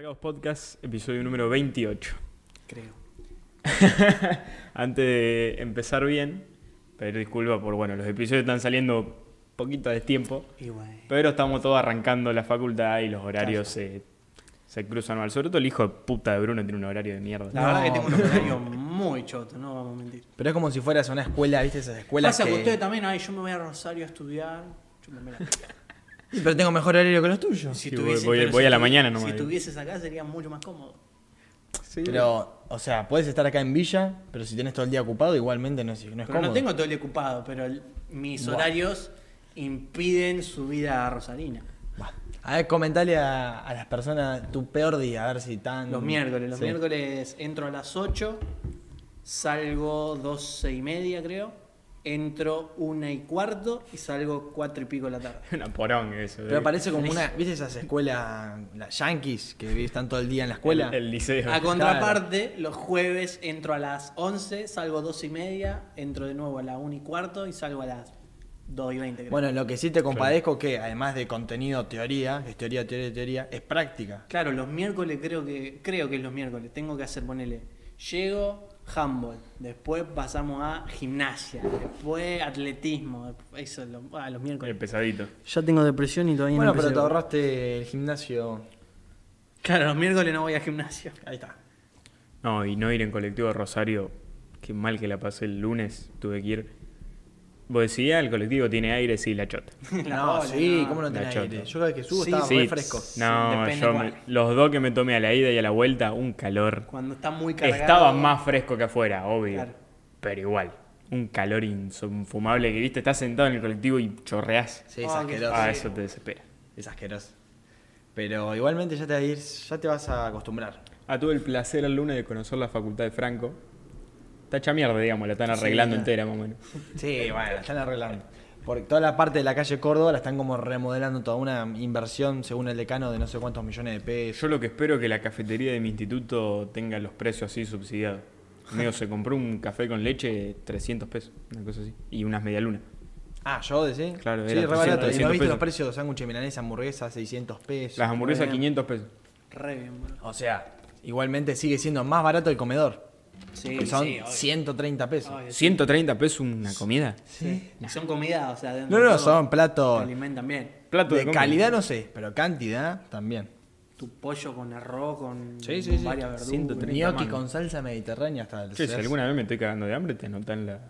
Amargados Podcast, episodio número 28. Creo. Antes de empezar bien, pedir disculpas por, los episodios están saliendo poquito de tiempo, pero estamos todos arrancando la facultad y los horarios se cruzan mal. Sobre todo el hijo de puta de Bruno tiene un horario de mierda. La verdad que tengo un horario muy choto, no vamos a mentir. Pero es como si fueras a una escuela, ¿viste? Esas escuelas Pasa que que... ustedes también, yo me voy a Rosario a estudiar. Yo me la... Pero tengo mejor horario que los tuyos. Si voy a la mañana nomás. Si estuvieses acá sería mucho más cómodo. Sí, Pero, o sea, puedes estar acá en Villa, pero si tenés todo el día ocupado, igualmente no es Pero cómodo. no tengo todo el día ocupado, pero mis horarios impiden su vida rosarina. Buah. A ver, comentale a las personas tu peor día, a ver si están... Los miércoles. Sí. Miércoles entro a las 8, salgo 12:30 creo. Entro 1:15 y salgo 4 y pico de la tarde. Una porón eso. Pero parece como una... ¿Viste esas escuelas, las yankees, que están todo el día en la escuela? El liceo. A contraparte, los jueves entro a las 11, salgo 12:30, entro de nuevo a las 1:15 y salgo a las 2:20. Creo. Bueno, lo que sí te compadezco que, además de contenido teoría, que es teoría, es práctica. Claro, los miércoles creo que es los miércoles. Tengo que hacer, ponele, llego, handball, después pasamos a gimnasia, después atletismo, eso los miércoles. El pesadito. Ya tengo depresión y todavía Bueno, no pero empecé. te ahorraste el gimnasio. Claro, los miércoles no voy a gimnasio. Ahí está. No, y no ir en colectivo a Rosario, qué mal que la pasé el lunes, tuve que ir. Vos decías, el colectivo tiene aire, sí, la chota. No, sí, ¿cómo no la tenés chota. aire? Yo cada vez que subo Sí, estaba sí, muy fresco. No, depende yo cuál. los dos que me tomé a la ida y a la vuelta, un calor. Cuando está muy cargado. Estaba más fresco que afuera, obvio. Claro. Pero igual, un calor infumable que viste, estás sentado en el colectivo y chorreás. Sí, es Ah, asqueroso. Ah, eso te desespera. Es asqueroso. Pero igualmente ya te vas a acostumbrar. Tuve el placer el lunes de conocer la facultad de Franco. Está hecha mierda, digamos, la están arreglando Sí, entera, más o menos. Sí, bueno, la están arreglando. Porque toda la parte de la calle Córdoba la están como remodelando, toda una inversión, según el decano, de no sé cuántos millones de pesos. Yo lo que espero es que la cafetería de mi instituto tenga los precios así subsidiados. Amigo, se compró un café con leche 300 pesos, una cosa así. Y unas medialunas. Yo decía. Claro, sí, era re barato. 300 ¿Y no viste pesos. los precios de sándwich milanesa, hamburguesa, 600 pesos? Las hamburguesas bien. 500 pesos. Re bien, boludo. O sea, igualmente sigue siendo más barato el comedor. Sí, Que son sí, obvio. 130 pesos. Obvio, sí. 130 pesos una comida. Sí. Y son comidas, o sea, dentro No, de todo, son te platos alimentan bien. Plato de comida. calidad, no sé, pero cantidad también. Tu pollo con arroz, con Sí, sí, sí. varias verduras. 130. Gnocchi mangos. con salsa mediterránea hasta el Che, si ser- alguna vez me estoy cagando de hambre, te anotan la...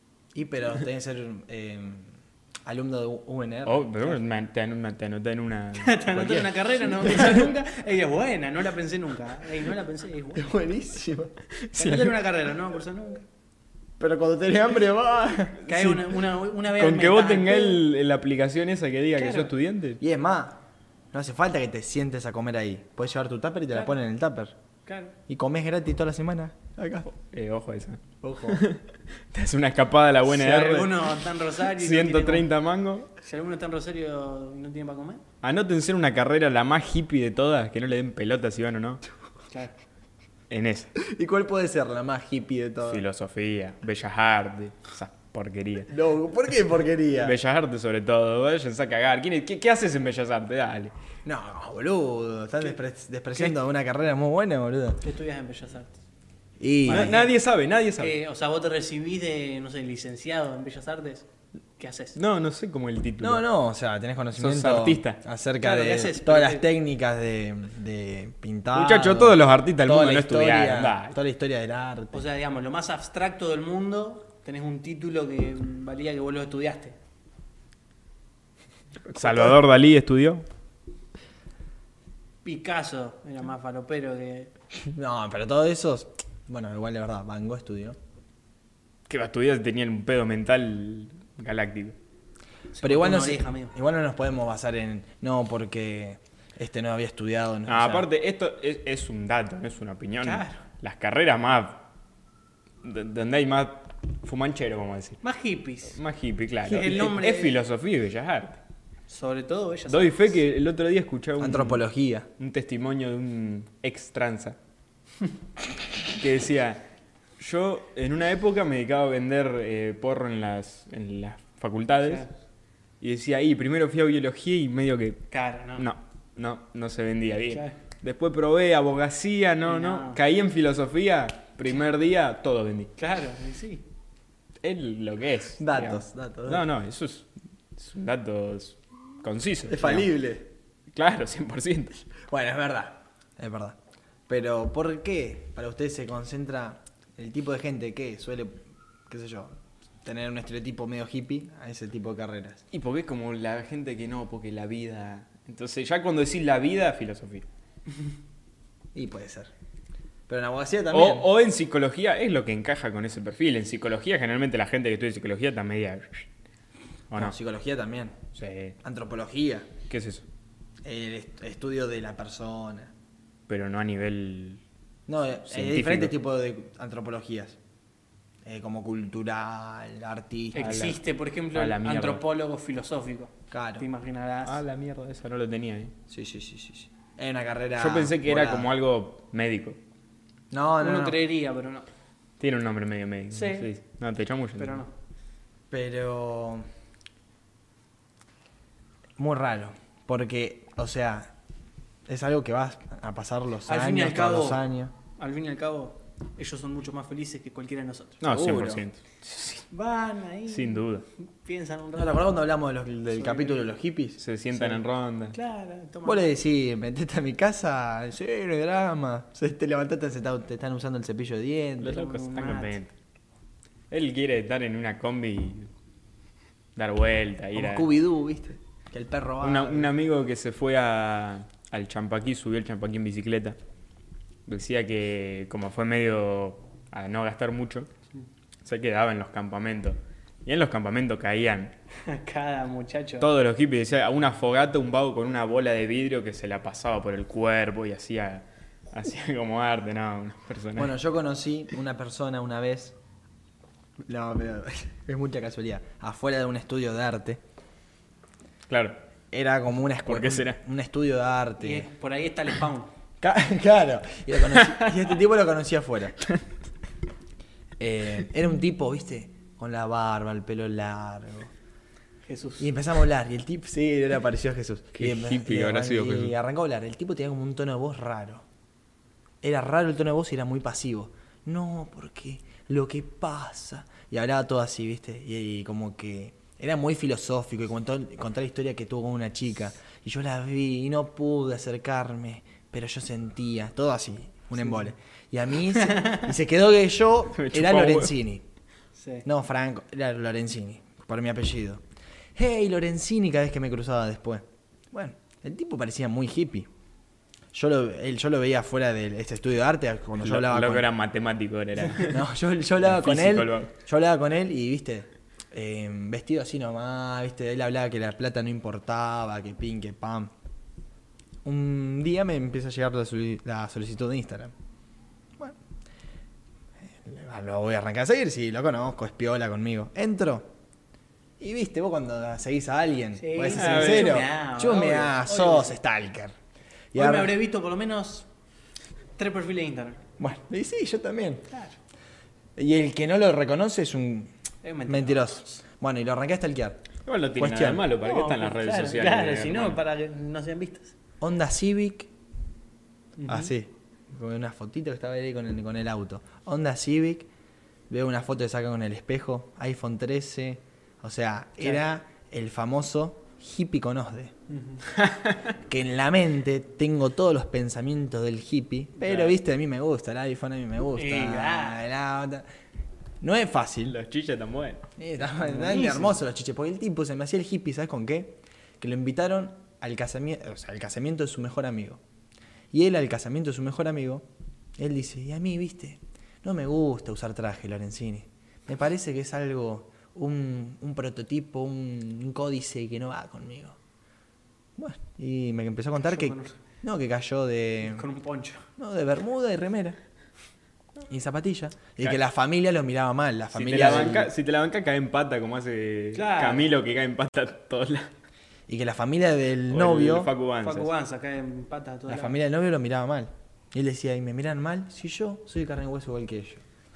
pero tenés que ser alumno de UNR. pero te anotan en una... Te anoté en una carrera, no pensé nunca. Ey, es buena, no la pensé nunca. Ey, no la pensé, es buena. Es buenísimo. Te anoté en una carrera, no cursé nunca. Pero cuando tenés hambre, va. Cae Sí. una vez Con al que mes, vos al tengas pedo. la aplicación esa que diga que Claro. sos estudiante. Y es más, no hace falta que te sientes a comer ahí. Puedes llevar tu tupper y te la Claro. ponen en el tupper. Claro. Y comés gratis toda la semana. Acá. Ojo a esa. Ojo. Te hace una escapada a la buena Si R. alguno está en Rosario y no 130 mangos. si alguno está en Rosario y no tiene para comer, Anótense en una carrera la más hippie de todas, que no le den pelota si van o no. claro. En esa. ¿Y cuál puede ser la más hippie de todas? Filosofía, bellas artes, esas porquerías. No, ¿por qué porquería? Bellas artes sobre todo, váyanse a cagar. ¿Qué haces en bellas artes? Dale. No, boludo. Están despreciando una carrera muy buena, boludo. ¿Qué estudias en Bellas Artes? Y Nadie sabe. O sea, vos te recibís de, no sé, licenciado en Bellas Artes. ¿Qué haces? No sé cómo el título. no, o sea, tenés conocimiento Sos artista. acerca Claro, ¿qué de haces? todas Pero las técnicas de pintar. Muchachos, todos los artistas del toda mundo la no estudiaron. historia- Dale. Toda la historia del arte. O sea, digamos, lo más abstracto del mundo, tenés un título que valía que vos lo estudiaste. Salvador Dalí estudió. Picasso era más falopero que... No, pero todo eso, bueno, igual de verdad, Van Gogh estudió. Que va a estudiar tenía un pedo mental galáctico. Pero igual cortó no, una oreja, amigo. igual no nos podemos basar en, no, porque este no había estudiado. No, o sea, Aparte, esto es un dato, no es una opinión. Claro. Las carreras más... donde hay más fumanchero, vamos a decir. Más hippies. Más hippie, claro. El nombre es de- filosofía y bellas artes. Sobre todo Bellas Doy Artes. fe que el otro día escuché antropología. un testimonio de un ex tranza que decía, yo en una época me dedicaba a vender porro en las facultades. Claro. Y decía, primero fui a biología y medio que Claro, ¿no? no se vendía bien. Claro. Después probé abogacía, no. No. Caí en filosofía, primer día, todo vendí. Claro, sí. Es lo que es. Datos. No, eso es un dato conciso. Es digamos. falible. Claro, 100%. Bueno, es verdad. Pero ¿por qué para usted se concentra el tipo de gente que suele, qué sé yo, tener un estereotipo medio hippie a ese tipo de carreras? Y porque es como la gente que no, porque la vida... Entonces ya cuando decís la vida, filosofía. Y puede ser. Pero en abogacía también. O en psicología es lo que encaja con ese perfil. En psicología generalmente la gente que estudia psicología está media... ¿O no? Psicología también. Sí. Antropología. ¿Qué es eso? El estudio de la persona. Pero no a nivel... No, hay científico. diferentes tipos de antropologías. Como cultural, artística. Existe, por ejemplo, a el la mierda. antropólogo filosófico. Claro. Te imaginarás. Ah, la mierda, esa no lo tenía, ¿eh? Sí. Es una carrera. Yo pensé que era volada. como algo médico. No. Uno creería, pero no. Tiene un nombre medio médico. Sí. No, te echamos Pero no. Pero. Muy raro. Porque, o sea, es algo que va a pasar los Al años, fin y al todos cabo, los años. al fin y al cabo, ellos son mucho más felices que cualquiera de nosotros. No, Seguro. 100%. Van ahí. Sin duda. Piensan un ¿No te rato. acordás cuando hablamos del Sí. capítulo de los hippies? Se sientan en ronda. Claro, toma. Vos le decís, metete a mi casa, sí, no hay drama. Te levantaste, te están usando el cepillo de dientes. Los locos un están mate. contentos. Él quiere estar en una combi y dar vuelta, ir Como a... Scooby-Doo, ¿viste? Que el perro va. Un amigo que se fue al Champaquí, subió el Champaquí en bicicleta. Decía que como fue medio a no gastar mucho, se quedaba en los campamentos. Y en los campamentos caían Cada muchacho. todos los hippies. Decía, a una fogata, un vago con una bola de vidrio que se la pasaba por el cuerpo y hacía como arte, ¿no? Unos personajes. Bueno, yo conocí una persona una vez. No, pero es mucha casualidad. Afuera de un estudio de arte. Claro. Era como una escuela. ¿Por qué será? Un estudio de Y arte. por ahí está el spawn. Claro. Y, y este tipo lo conocí afuera. Era un tipo, ¿viste? Con la barba, el pelo largo. Jesús. Y empezamos a hablar. Y el tipo, sí, era parecido a Jesús. Qué y hippie habrá sido y Jesús. arrancó a hablar. El tipo tenía como un tono de voz raro. Era raro el tono de voz y era muy pasivo. No, porque lo que pasa. Y hablaba todo así, ¿viste? Y como que era muy filosófico. Y contó la historia que tuvo con una chica. Y yo la vi y no pude acercarme. Pero yo sentía. Todo así, un embole. Y a mí se quedó que yo Me era chupaba un huevo. Lorenzini. Sí. No, Franco, era Lorenzini, por mi apellido. Hey, Lorenzini, cada vez que me cruzaba después. Bueno, el tipo parecía muy hippie. Yo lo veía fuera de este estudio de arte cuando yo hablaba Loco con era matemático, era. No, yo hablaba con Físico, él. el vago. Yo hablaba con él y, viste, vestido así nomás, viste, él hablaba que la plata no importaba, que pin, que pam. Un día me empieza a llegar la solicitud de Instagram. Bueno, lo voy a arrancar a seguir, si lo conozco, es piola conmigo. Entro. Y viste, vos cuando seguís a alguien, Sí, podés ser a ver, sincero, chumeá, chumeá, obvio, sos obvio. stalker. Y Hoy me ahora- habré visto por lo menos 3 perfiles de Instagram. Bueno, y sí, yo también. Claro. Y el que no lo reconoce es un Es mentiroso. Bueno, y lo arranqué a stalkear. Igual no tiene nada Cuestión. de malo, ¿para qué están las redes claro, sociales? Claro, si no, hermano? para que no sean vistas. Honda Civic, Ujú. así, con una fotito que estaba ahí con el auto. Honda Civic, veo una foto que saca con el espejo, iPhone 13, o sea, Claro. era el famoso hippie con OSDE. Que en la mente tengo todos los pensamientos del hippie, pero Claro. viste, a mí me gusta, el iPhone a mí me gusta. Claro. el auto. No es fácil. Los chiches están buenos. Están Buenísimo. hermosos los chiches, porque el tipo se me hacía el hippie, ¿sabes con qué? Que lo invitaron al casamiento, o sea, al casamiento de su mejor amigo. Y él al casamiento de su mejor amigo, él dice, y a mí, viste, no me gusta usar traje, Lorenzini. Me parece que es algo, un prototipo, un códice que no va conmigo. Bueno, y me empezó a contar Yo que, conozco. no, que cayó de, Con un poncho. no, de bermuda y remera. Y zapatilla. Y Claro. que la familia lo miraba mal, la Si familia del- si te la banca, cae en pata, como hace Claro. Camilo, que cae en pata a todos lados. y que la familia del O el novio, Facu Banzas. Facu Banza, acá en pata a todos la lados. familia del novio lo miraba mal. Y él decía, ¿y me miran mal? Si yo soy de carne y hueso igual que ellos.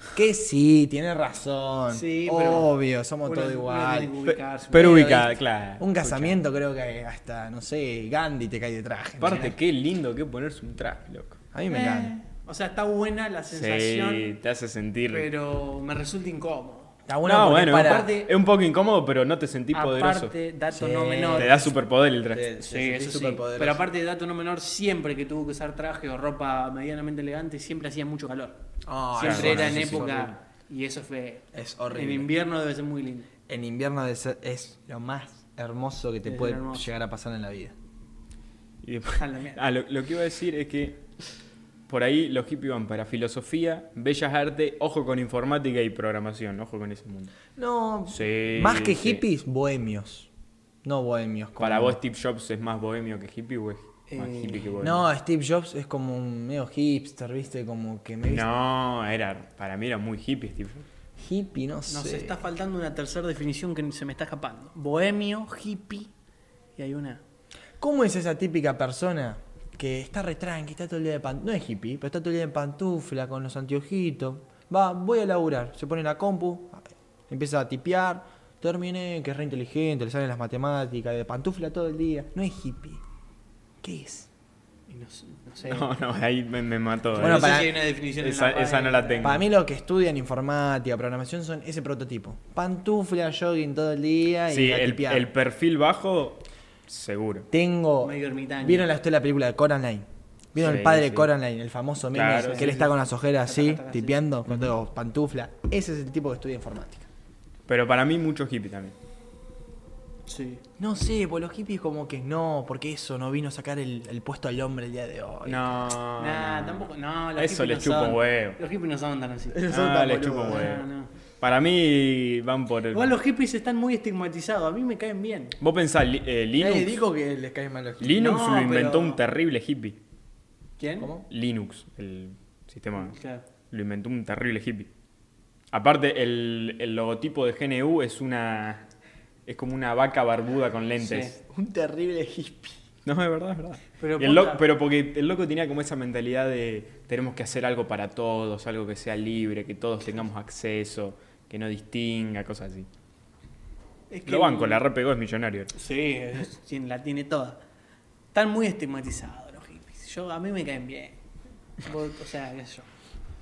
Que sí, tiene razón. Sí, pero obvio, somos uno- todos uno igual. tiene que ubicarse. Pero ¿viste? ubicada, claro. Un casamiento creo que hasta, no sé, Gandhi te cae de traje. Aparte, ¿no? qué lindo que ponerse un traje, loco. A mí me encanta. O sea, está buena la sensación, Sí, te hace sentir... pero me resulta incómodo. Está bueno no, porque bueno, para... aparte- es un poco incómodo, pero no te sentís poderoso. Aparte, dato Sí. no menor. Te da superpoder el traje. Sí, eso sí. superpoderoso. Pero aparte de dato no menor, siempre que tuvo que usar traje o ropa medianamente elegante, siempre hacía mucho calor. Oh, Siempre claro, era en eso sí. época. Y eso fue. Es horrible. En invierno debe ser muy lindo. En invierno es lo más hermoso que te Es puede hermoso. llegar a pasar en la vida. Y después- A la mierda. lo que iba a decir es que por ahí los hippies van para filosofía, bellas artes, ojo con informática y programación, ojo con ese mundo. No, Sí, más que sí. hippies, bohemios. No bohemios. como- ¿Para vos Steve Jobs es más bohemio que hippie o es más hippie que bohemio? No, Steve Jobs es como un medio hipster, ¿viste? Como que me viste. No, para mí era muy hippie Steve Jobs. Hippie, no sé. Nos está faltando una tercera definición que se me está escapando. Bohemio, hippie. Y hay una. ¿Cómo es esa típica persona que está re tranqui, está todo el día de pantufla? No es hippie, pero está todo el día en pantufla, con los anteojitos. Voy a laburar. Se pone la compu, empieza a tipear. Terminé, que es re inteligente, le salen las matemáticas, de pantufla todo el día. No es hippie. ¿Qué es? Y no sé. No, ahí me mató. Bueno, no sé para- si hay una definición en esa- la esa no la tengo. Para mí lo que estudian informática, programación son ese prototipo. Pantufla, jogging todo el día y Sí, a tipear. el perfil bajo, seguro. Tengo... Medio ermitaño. ¿Vieron la película de Coraline? ¿Vieron Sí, el padre sí. de Coraline, el famoso meme? Claro, que sí, él está sí. con las ojeras así, Taca, taca, sí. tipeando, con todo pantufla. Ese es el tipo que estudia informática. Pero para mí mucho hippie también. Sí. No sé, pues los hippies como que no, porque eso no vino a sacar el puesto al hombre el día de hoy. No. Nah, no. tampoco. No, los Eso hippies les no chupa un son- huevo. Los hippies no son tan así. Esos son Ah, tan les boludos. chupa un huevo. No, no. Para mí van por el... Igual los hippies están muy estigmatizados. A mí me caen bien. Vos pensás, Linux, dijo que les cae mal los hippies. Linux No, lo inventó pero- un terrible hippie. ¿Quién? ¿Cómo? Linux, el sistema, Claro. lo inventó un terrible hippie. Aparte, el logotipo de GNU es como una vaca barbuda con lentes. Sí. Un terrible hippie. No, es verdad, es verdad. Pero Y posta- pero porque el loco tenía como esa mentalidad de tenemos que hacer algo para todos, algo que sea libre, que todos tengamos acceso, que no distinga, cosas así. Es Lo banco, la repegó, es millonario. Sí, la tiene toda. Están muy estigmatizados los hippies. A mí me caen bien. O sea, qué sé yo.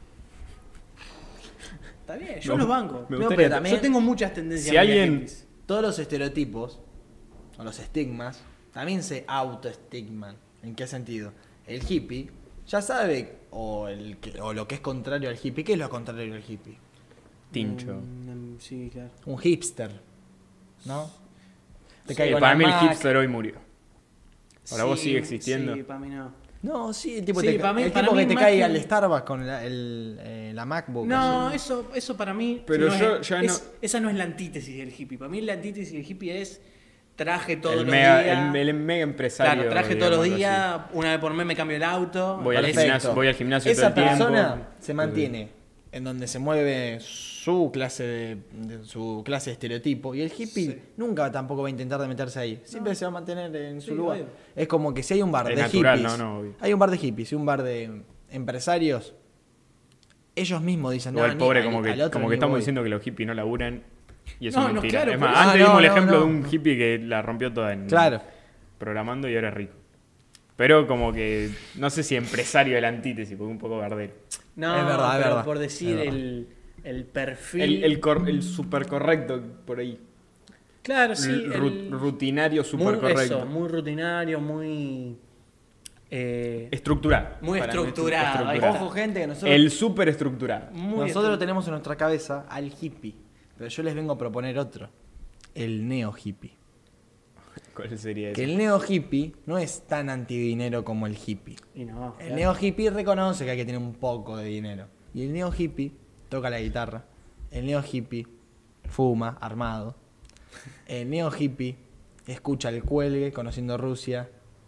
Está bien, yo Me los gu- banco. me No, gustaría- pero también yo tengo muchas tendencias Si alguien- hippies. Todos los estereotipos, o los estigmas, también se autoestigman. ¿En qué sentido? El hippie ya sabe, o lo que es contrario al hippie. ¿Qué es lo contrario al hippie? Tincho. Sí, claro. Un hipster, ¿no? Te Sí, cae con para la mí el Mac. hipster hoy murió. Ahora vos Sí, sigue existiendo. Sí, para mí no. No, sí, el tipo, Sí, para mí- el para tipo mí que te más cae que- al Starbucks con la MacBook. No, así. eso para mí. Pero no yo es- ya es- Esa no es la antítesis del hippie. Para mí la antítesis del hippie es traje todos El los mega, días. el mega empresario. Claro, traje todos los digamos, días, una vez por mes me cambio el auto. Voy al Perfecto. gimnasio Esa todo el tiempo. persona se mantiene en donde se mueve su clase de su clase de estereotipo y el hippie Sí. nunca tampoco va a intentar de meterse ahí. Siempre se va a mantener en su Sí, lugar. obvio. Es como que si hay un bar Es de natural, hippies, no, obvio. hay un bar de hippies y un bar de empresarios, ellos mismos dicen, Igual no, pobre, ni- como al que, otro como ni que estamos voy. diciendo que los hippies no laburan. Y eso No, es no, mentira. claro, Es más, por antes eso. vimos el No, ejemplo no. de un hippie que la rompió toda en Claro. programando y ahora es rico. Pero como que, no sé si empresario de la antítesis, porque un poco bardero. No, Es verdad, es pero verdad. por decir Es verdad. el perfil. El super correcto por ahí. Claro, sí. Rutinario, super muy, correcto. eso, muy rutinario, muy. Estructurado. Muy Para mí, estructurado, ahí está. Ojo, gente, que nosotros, El super estructurado. muy nosotros tenemos en nuestra cabeza al hippie, pero yo les vengo a proponer otro, el neo hippie. ¿Cuál sería Que eso? el neo hippie no es tan antidinero como el hippie. Y no, El claro. neo hippie reconoce que hay que tener un poco de dinero. Y el neo hippie toca la guitarra. El neo hippie fuma armado. El neo hippie escucha el cuelgue conociendo Rusia.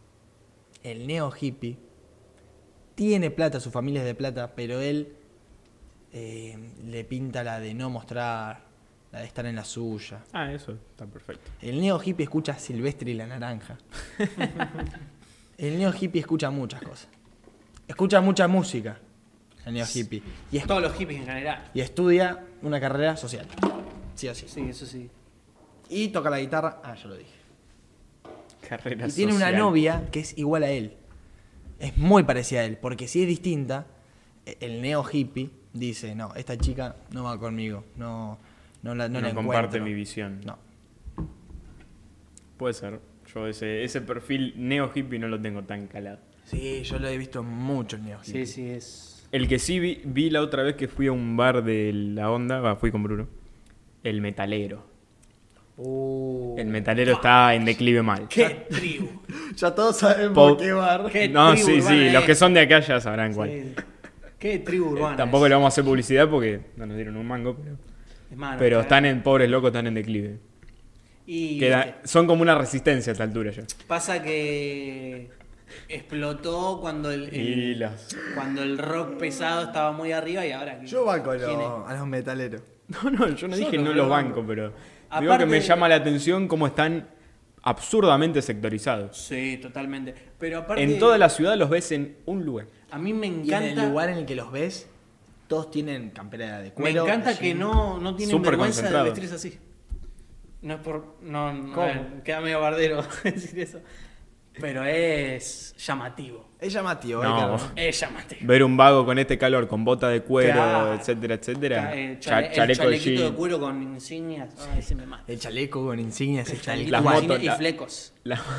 El neo hippie tiene plata, su familia es de plata, pero él le pinta la de no mostrar, la de estar en la suya. Ah, eso está perfecto. El neo hippie escucha Silvestre y la Naranja. El neo hippie escucha muchas cosas. Escucha mucha música. el neo hippie. Y, Todos los hippies en general. y estudia una carrera social. Sí o sí. Sí, eso sí. Y toca la guitarra. Ah, ya lo dije. Carrera Y tiene una social. novia que es igual a él. Es muy parecida a él, porque si es distinta, el neo hippie dice, no, esta chica no va conmigo, no la No encuentro. comparte mi visión. No. Puede ser. Yo ese perfil neo hippie no lo tengo tan calado. Sí, yo lo he visto mucho el neo hippie. Sí, sí, es. El que sí vi la otra vez que fui a un bar de La Onda, fui con Bruno, el metalero. El metalero está en declive mal. ¡Qué tribu! Ya todos saben Po- por qué bar. ¿Qué No, tribu sí, urbana sí, es? los que son de acá ya sabrán cuál. Sí. ¡Qué tribu urbana! Tampoco es. le vamos a hacer publicidad porque no nos dieron un mango, Es malo, pero claro. están en, pobres locos, están en declive. Y Son como una resistencia a esta altura ya. pasa que explotó cuando cuando el rock pesado estaba muy arriba y ahora. Yo banco a ¿quién es? los metaleros. No, yo no dije Yo no no los lo banco, banco. pero digo Aparte- que me llama la atención cómo están absurdamente sectorizados. Sí, totalmente. Pero aparte. En toda la ciudad los ves en un lugar. A mí me Y en encanta. el lugar en el que los ves, todos tienen campera de Me cuero. encanta que jean. no tienen Súper vergüenza de concentrado. vestirse así. No es por. No, ¿Cómo? queda medio bardero decir eso. Pero es llamativo. Es llamativo, No. Es llamativo. Ver un vago con este calor, con bota de cuero, Claro. etcétera, etcétera. El Chaleco de chalequito de jean. cuero con insignias. Ay, se me mata. El chaleco con insignias, el chaleco. Las Con motos, insignias y la- flecos.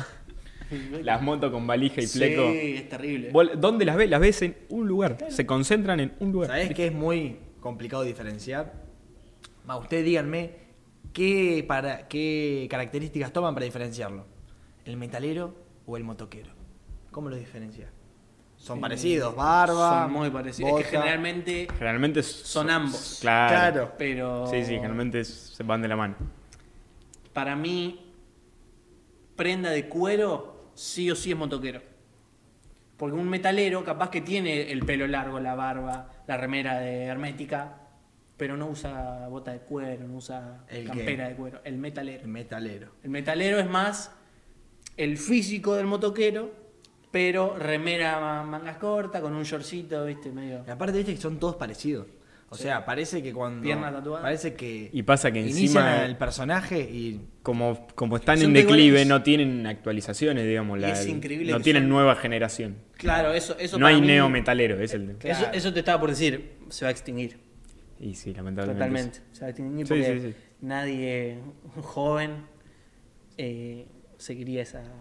Las motos con valija y fleco. Sí, es terrible. ¿Dónde las ves? Las ves en un lugar. Se concentran en un lugar. ¿Sabés que es muy complicado diferenciar? Ustedes díganme qué características toman para diferenciarlo. ¿El metalero o el motoquero? ¿Cómo los diferencian? Son parecidos, barba. Son muy parecidos. bota. Es que generalmente. Generalmente Son ambos. Claro. Pero. Sí, generalmente se van de la mano. Para mí, prenda de cuero sí o sí es motoquero. Porque un metalero capaz que tiene el pelo largo, la barba, la remera de hermética, pero no usa bota de cuero, no usa ¿El campera qué? de cuero. El metalero. El metalero. El metalero es más el físico del motoquero, pero remera mangas cortas, con un shortcito, viste, medio. Y aparte, viste que son todos parecidos. O sea, parece que cuando. Pierna tatuada. Parece que. Y pasa que inician encima, al personaje y. como están Son en de declive, iguales. no tienen actualizaciones, digamos. Y es increíble no que tienen son- nueva generación. Claro, eso No para hay mí- neometalero, es el. Claro. Eso te estaba por decir, se va a extinguir. Y sí, lamentablemente. Totalmente. Se va a extinguir Sí, porque sí, sí. nadie joven seguiría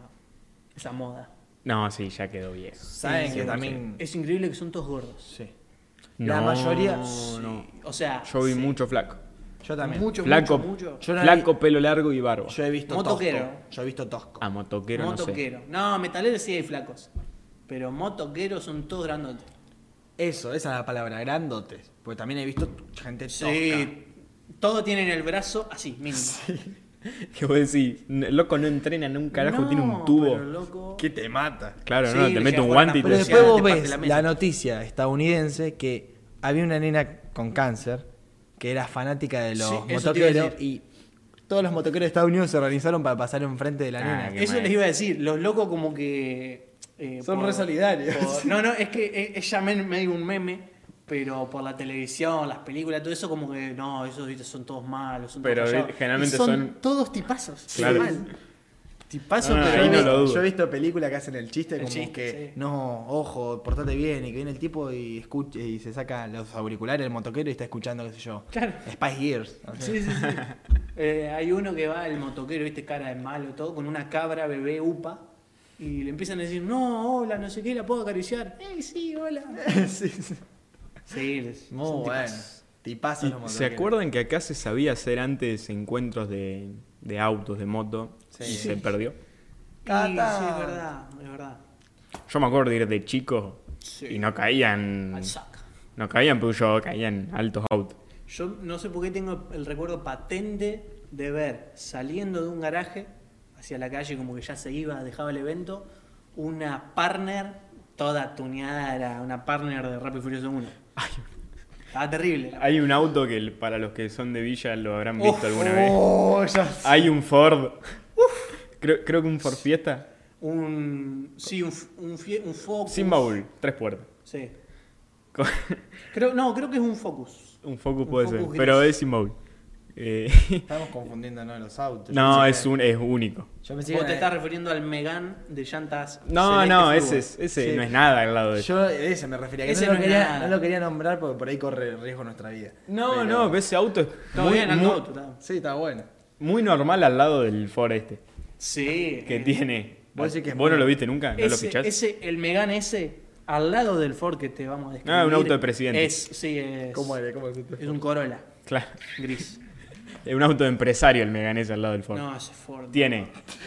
esa moda. No, sí, ya quedó viejo. Saben Sí, que sí, también. Es increíble que son todos gordos. Sí. La No, mayoría. no. O sea, Yo vi sí. mucho flaco. Yo también. Mucho, Flaco, mucho. Yo no flaco, pelo largo y barba. Yo he visto Motoquero. tosco. Yo he visto tosco. A motoquero, Motoquero. No, metaleros sí hay flacos. Pero motoqueros son todos grandotes. Eso, esa es la palabra, grandotes. Porque también he visto gente tosca. Sí. Todos tienen el brazo así, mínimo. no sé. Que vos decís, el loco no entrena en un carajo, No, tiene un tubo. pero loco. Que te mata. Claro, Sí, no, le te mete llega un a guante y jugar Pero te una después te vos parte ves la la, mesa. noticia estadounidense que había una nena con cáncer que era fanática de los Sí, eso te iba a motoqueros decir. y todos los motoqueros de Estados Unidos se organizaron para pasar enfrente de la Ah, nena. qué Eso mal. les iba a decir. Los locos como que... Son re solidarios. no, es que es ya medio un meme, pero por la televisión, las películas, todo eso como que no, esos ¿viste? Son todos malos, son todos Pero fallados. generalmente Y son- todos tipazos. Claro. Mal. Tipazo, No, pero ahí no yo, lo dudo. yo he visto películas que hacen el chiste El como chiste, que sí. no, ojo, portate bien y que viene el tipo y escucha y se saca los auriculares del motoquero y está escuchando, qué sé yo. Claro. Spice Gears. no sé. Sí, sí, sí. Hay uno que va, el motoquero, viste, cara de malo y todo, con una cabra bebé upa. Y le empiezan a decir, no, hola, no sé qué, la puedo acariciar. Sí, hola. Sí, sí. Sí, Muy son bueno. tipazos. Tipazos los ¿Se motoqueros. acuerdan que acá se sabía hacer antes encuentros de autos, de moto? Sí. Y se perdió. Sí, es Cata. verdad, es verdad. Yo me acuerdo de ir de chico Sí. y no caían. Al saca. No caían Peugeot, caían altos autos. Yo no sé por qué tengo el recuerdo patente de ver saliendo de un garaje hacia la calle, como que ya se iba, dejaba el evento, una partner toda tuneada, era una partner de Rápido y Furioso 1. Estaba terrible. Hay un auto que para los que son de Villa lo habrán visto Uf, alguna vez. Oh, ya sé. Hay un Ford. Creo que un Ford Fiesta. Sí, un Focus. Sin baúl, 3 puertas. Sí. Creo que es un Focus. Un Focus Un puede Focus ser, gris. pero es inmóvil. Estamos confundiendo, ¿no? Los autos. Yo No, pensé que- es único. Yo pensé Vos que te era- estás refiriendo al Megane de llantas. No, Celeste no, Fluo. ese Sí. no es nada al lado de eso. Yo ese me refería, que Ese no, no lo es quería, nada. no lo quería nombrar porque por ahí corre riesgo nuestra vida. No, Pero- no, ese auto es Todo bien, alto auto. Está. Sí, está bueno. muy normal al lado del Ford este. Sí. Que tiene. Vos decís que es ¿Vos no muy- lo viste nunca? ¿No lo pichás? El Megane ese, al lado del Ford que te vamos a describir. Ah, un auto de presidente. Es ¿Cómo es es un Corolla Claro. gris. Es un auto de empresario el Megane ese al lado del Ford. No, ese Ford. Tiene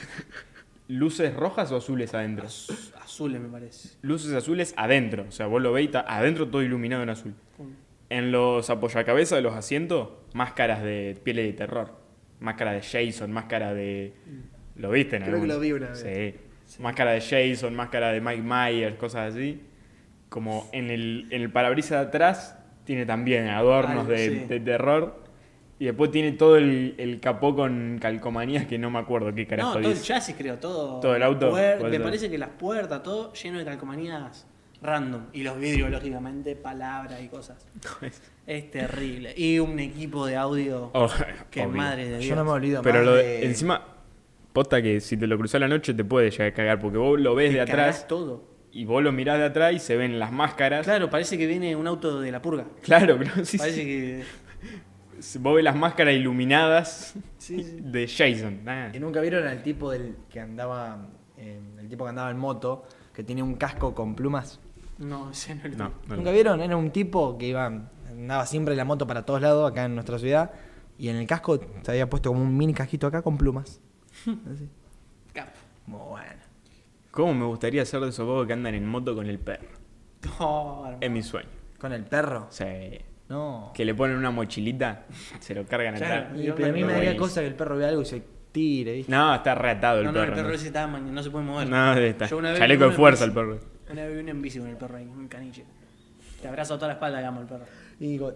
luces rojas o azules adentro. Azules, me parece. Luces azules adentro. O sea, vos lo veis, está adentro todo iluminado en azul. En los apoyacabezas de los asientos, máscaras de pieles de terror. Máscara de Jason, máscara de... ¿Lo viste? Creo que lo vi una vez. Sí. Máscara de Jason, máscara de Mike Myers, cosas así. Como en el parabrisas de atrás tiene también adornos Algo, sí. de terror. Y después tiene todo el capó con calcomanías que no me acuerdo qué No, carajo todo el dice. chasis creo, todo. Todo el auto, puede Me ser. parece que las puertas, todo lleno de calcomanías random. Y los vidrios, lógicamente, palabras y cosas. Es terrible. Y un equipo de audio Oh, que obvio. madre de Dios. Yo no me olvido Pero más encima, posta que si te lo cruzás la noche te puede llegar a cagar, porque vos lo ves Te de cagás atrás todo. y vos lo mirás de atrás y se ven las máscaras. Claro, parece que viene un auto de la purga. Claro, pero sí, Parece sí. que. Vos ves las máscaras iluminadas Sí, sí. de Jason. Nah. ¿Y nunca vieron al tipo el que andaba en moto, que tenía un casco con plumas? No, ese no lo No, no. ¿Nunca vieron? Era un tipo que andaba siempre en la moto para todos lados acá en nuestra ciudad y en el casco se había puesto como un mini casquito acá con plumas. Así. Capo. Muy bueno. ¿Cómo me gustaría ser de esos vagos que andan en moto con el perro? No, hermano. Es mi sueño. ¿Con el perro? O sea, No. que le ponen una mochilita, se lo cargan Claro. atrás. Y, pero a mí me daría Buenísimo. cosa que el perro vea algo y se tire, ¿viste? No, está reatado el No, no, perro. el perro ¿no? ese está no se puede mover. No, está. Yo una vez Chaleco vi de una fuerza en el perro. Una vez vi una en bici con el perro ahí, un caniche. Te abraza toda la espalda, digamos, el perro. Y digo,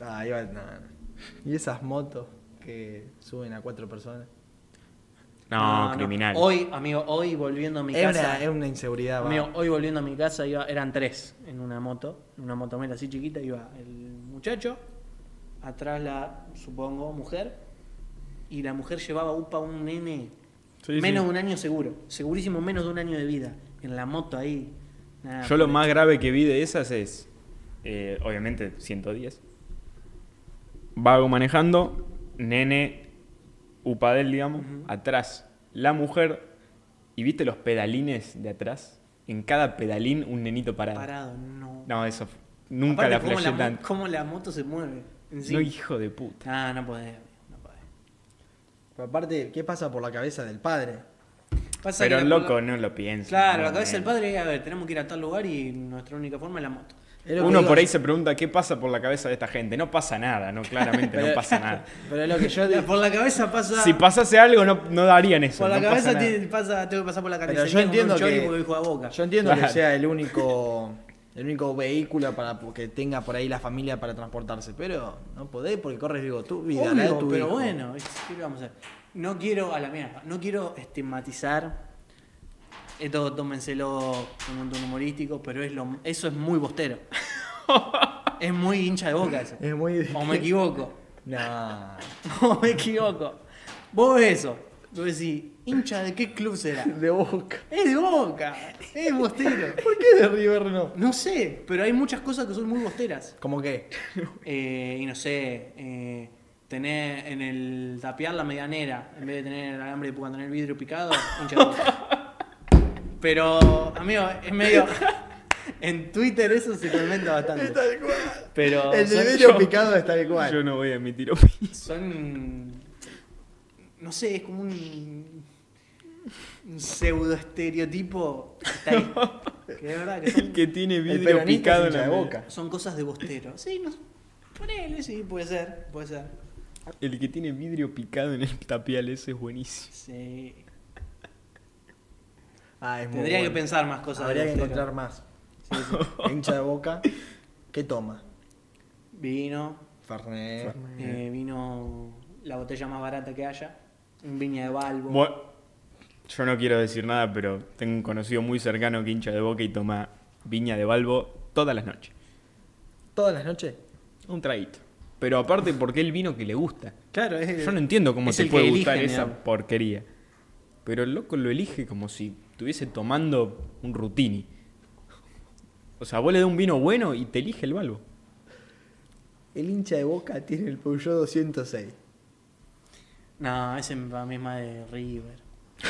¿Y esas motos que suben a 4 personas? No, criminal. Hoy, amigo, hoy volviendo a mi Es casa. una, es una inseguridad. va. Amigo, hoy volviendo a mi casa eran 3 en una motometa así chiquita, iba el muchacho, atrás la, supongo, mujer, y la mujer llevaba upa un nene Sí, menos sí. de un año seguro, segurísimo menos de un año de vida, en la moto ahí. Nada, Yo lo pobre. más grave que vi de esas es, obviamente, 110. Vago manejando, nene, upadel, digamos, Ujú. atrás la mujer, y viste los pedalines de atrás. En cada pedalín un nenito parado. Parado, no. No, eso nunca Aparte, la cómo flashé mo- tanto. cómo la moto se mueve. en sí. No, hijo de puta. Ah, no podés, no podés. Pero aparte, ¿qué pasa por la cabeza del padre? Pasa Pero que el la- loco no lo piensa. Claro, no, la cabeza del nene. padre es, a ver, tenemos que ir a tal lugar y nuestra única forma es la moto. Es lo que Uno digo, por ahí se pregunta qué pasa por la cabeza de esta gente. No pasa nada, no, claramente no pasa nada. Pero es lo que yo digo. Por la cabeza pasa. Si pasase algo, no darían eso. por la no pasa cabeza nada. tengo que pasar por la Pero carnicería yo entiendo con un chori que. porque dijo a boca. Yo entiendo Claro. que sea el único vehículo para que tenga por ahí la familia para transportarse. Pero no podés porque corres riesgo tu vida, la de Obvio, tu pero hijo. bueno, ¿qué le vamos a hacer? No quiero, a la mierda, no quiero estigmatizar. Esto tómenselo con un tono humorístico, pero eso es muy bostero. Es muy hincha de boca eso. Es muy. O me equivoco. Nah. O me equivoco. Vos ves eso. Vos decís, ¿hincha de qué club será? De boca. Es de Boca. Es bostero. ¿Por qué de River no? No sé, pero hay muchas cosas que son muy bosteras. ¿Cómo qué? Y no sé, tener en el tapiar la medianera, en vez de tener el alambre de púa, tener el vidrio picado, hincha de Boca. Pero, amigo, es medio. En Twitter eso se comenta bastante. Tal cual. Pero El de son, vidrio picado está igual. Yo no voy a emitir opinión. son. No sé, es como un pseudo estereotipo que está ahí. Que de verdad que El que tiene El vidrio peronista picado es en hincha la de boca. boca. son cosas de bostero. Sí, no, ponele, sí, puede ser, puede ser. El que tiene vidrio picado en el tapial ese es buenísimo. Sí. Ah, es muy Tendría que bueno. pensar más cosas. Habría de que bostero. encontrar más. Hincha de boca. ¿Qué toma? Vino, Fernet. vino la botella más barata que haya, un viña de Balbo. Bueno, yo no quiero decir nada, pero tengo un conocido muy cercano que hincha de boca y toma viña de Balbo todas las noches. ¿Todas las noches? Un traguito. Pero aparte, porque el vino que le gusta. Claro, Yo no entiendo cómo es te el puede que gustar eligen, esa digamos. porquería. Pero el loco lo elige como si estuviese tomando un rutini. O sea, vos le das un vino bueno y te elige el Balbo. El hincha de Boca tiene el Peugeot 206. No, ese para mí es más de River.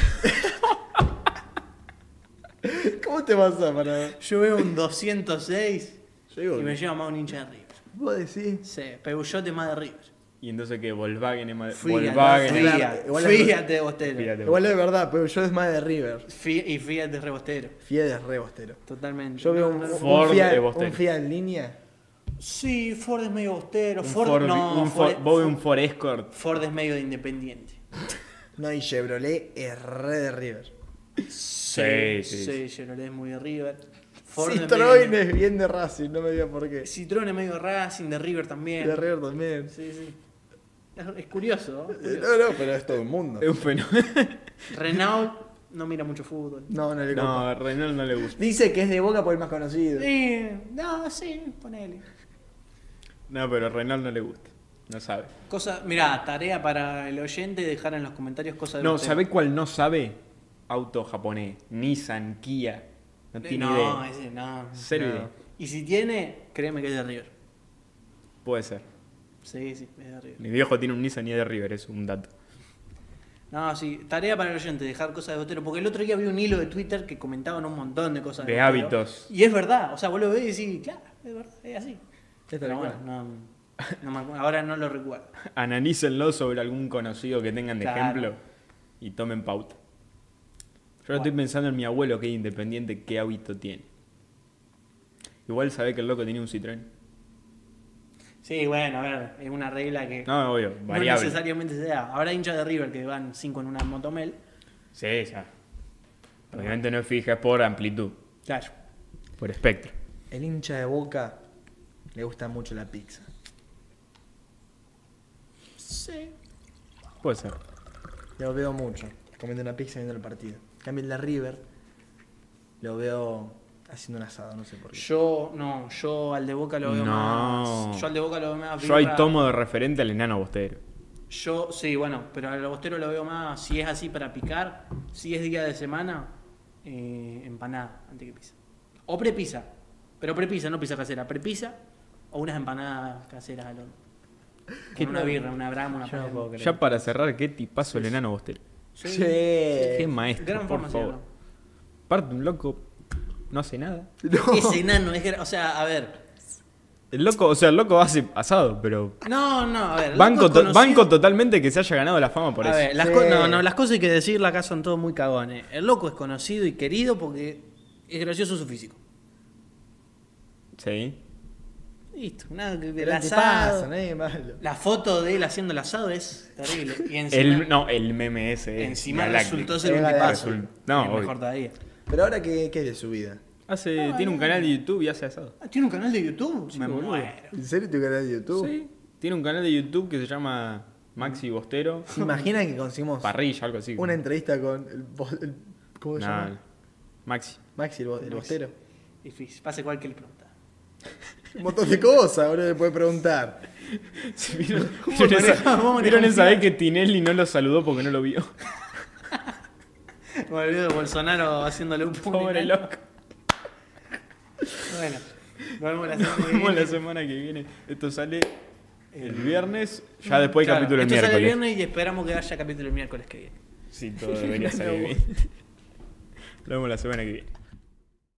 ¿Cómo te pasa para...? Yo veo un 206 Yo digo, y me lleva más un hincha de River. vos decís... Sí, Peugeot es más de River. Y entonces que Volkswagen es más... Fiat, Volkswagen es- Fiat, Igual- Fiat de Bostero. Fiat. Igual es verdad, Peugeot es más de River. Y Fiat de Rebostero. Fiat es rebostero. Totalmente. Yo veo No, no, no. Ford Fiat, es bostero. un Fiat en línea. Sí, Ford es medio Bostero. Un Ford, Ford, no, un Ford, Ford- vos ves un Ford Escort. Ford es medio de Independiente. No, y Chevrolet es re de River. Sí, sí, Sí, Chevrolet es muy de River. Ford es Citroën medio- es bien de Racing, no me digas por qué. Citroën es medio de Racing, de River también. De River también. Sí, sí. Es curioso, ¿no? No, pero es todo el mundo. Es un fenómeno. Renault no mira mucho fútbol. No, no le No, copa. a Renault no le gusta. Dice que es de Boca por el más conocido. No, sí, ponele. No, pero a Renault no le gusta. No sabe. Mirá, tarea para el oyente, dejar en los comentarios cosas de No, usted. ¿sabe cuál no sabe? Auto japonés. Nissan, Kia. No tiene No, idea. ese no. Cero No. idea. Y si tiene, créeme que es de River. Puede ser. Sí, sí, es de River. Mi viejo tiene un Nissan y es de River, es un dato. No, sí, tarea para el oyente, dejar cosas de Bostero. Porque el otro día vi un hilo de Twitter que comentaban un montón de cosas De Bostero. hábitos. Y es verdad, o sea, vos lo ves y decís, claro, es verdad, es así. tal Pero cual. bueno, no me acuerdo, ahora no lo recuerdo. Analícenlo sobre algún conocido que tengan de Claro. ejemplo y tomen pauta. Yo ahora estoy pensando en mi abuelo que es independiente, qué hábito tiene. Igual sabe que el loco tenía un Citroën. Sí, bueno, a ver, es una regla que No, obvio, no variable. necesariamente se da. Habrá hinchas de River que van 5 en una motomel. Sí, ya. Obviamente no es fija, es por amplitud, Claro. por espectro. El hincha de Boca le gusta mucho la pizza. Sí. Puede ser. Lo veo mucho. Comiendo una pizza viendo el partido. En cambio el de River lo veo haciendo un asado, no sé por qué. Yo al de Boca lo veo No. más. Yo al de Boca lo veo más. Yo ahí birra. tomo de referente al enano bostero. Yo, sí, bueno, pero al Bostero lo veo más. Si es así para picar, si es día de semana, empanada antes que pizza. O prepizza. Pero prepizza, no pizza casera. Prepizza o unas empanadas caseras al horno. Con una birra, una brama, una Yo no paleta. puedo creer. Ya para cerrar, qué tipazo el enano bostero. Sí. Sí. Qué maestro, Gran por forma, favor. Aparte, un loco no hace nada. No. Ese enano, o sea, a ver. El loco hace asado, pero No, a ver. el banco, loco es conocido- banco totalmente que se haya ganado la fama por A eso. ver, Sí. las cosas hay que decirlas acá son todos muy cagones. El loco es conocido y querido porque es gracioso su físico. Sí. Listo, nada que el Pero te asado. pasa, no es malo. La foto de él haciendo el asado es terrible. Y encima, El meme ese. es encima galáctico. resultó ser un Es tipazo. No, Es obvio. mejor todavía. Pero ahora, ¿qué es de su vida? Tiene un canal de YouTube y hace asado. Ah, ¿tiene un canal de YouTube? Me boludo. muero. ¿En serio tu canal de YouTube? Sí. Tiene un canal de YouTube que se llama Maxi Bostero. ¿Se imaginan que conseguimos Parrilla, algo así. una entrevista con ¿cómo se Nah, llama? Maxi. Maxi, el bostero? Difícil. Pase cualquier pregunta. Un montón de cosas, ahora le puede preguntar. ¿Vieron, ¿Cómo manejamos ¿vieron esa fiat? vez que Tinelli no lo saludó porque no lo vio? Me olvidé de Bolsonaro haciéndole un Pobre loco. Bueno, nos vemos la semana que Nos vemos la viene. semana que viene. Esto sale el viernes, ya después hay Claro, capítulo el esto sale miércoles. el viernes y esperamos que haya capítulo el miércoles que viene. Sí, todo debería salir bien. Nos vemos la semana que viene.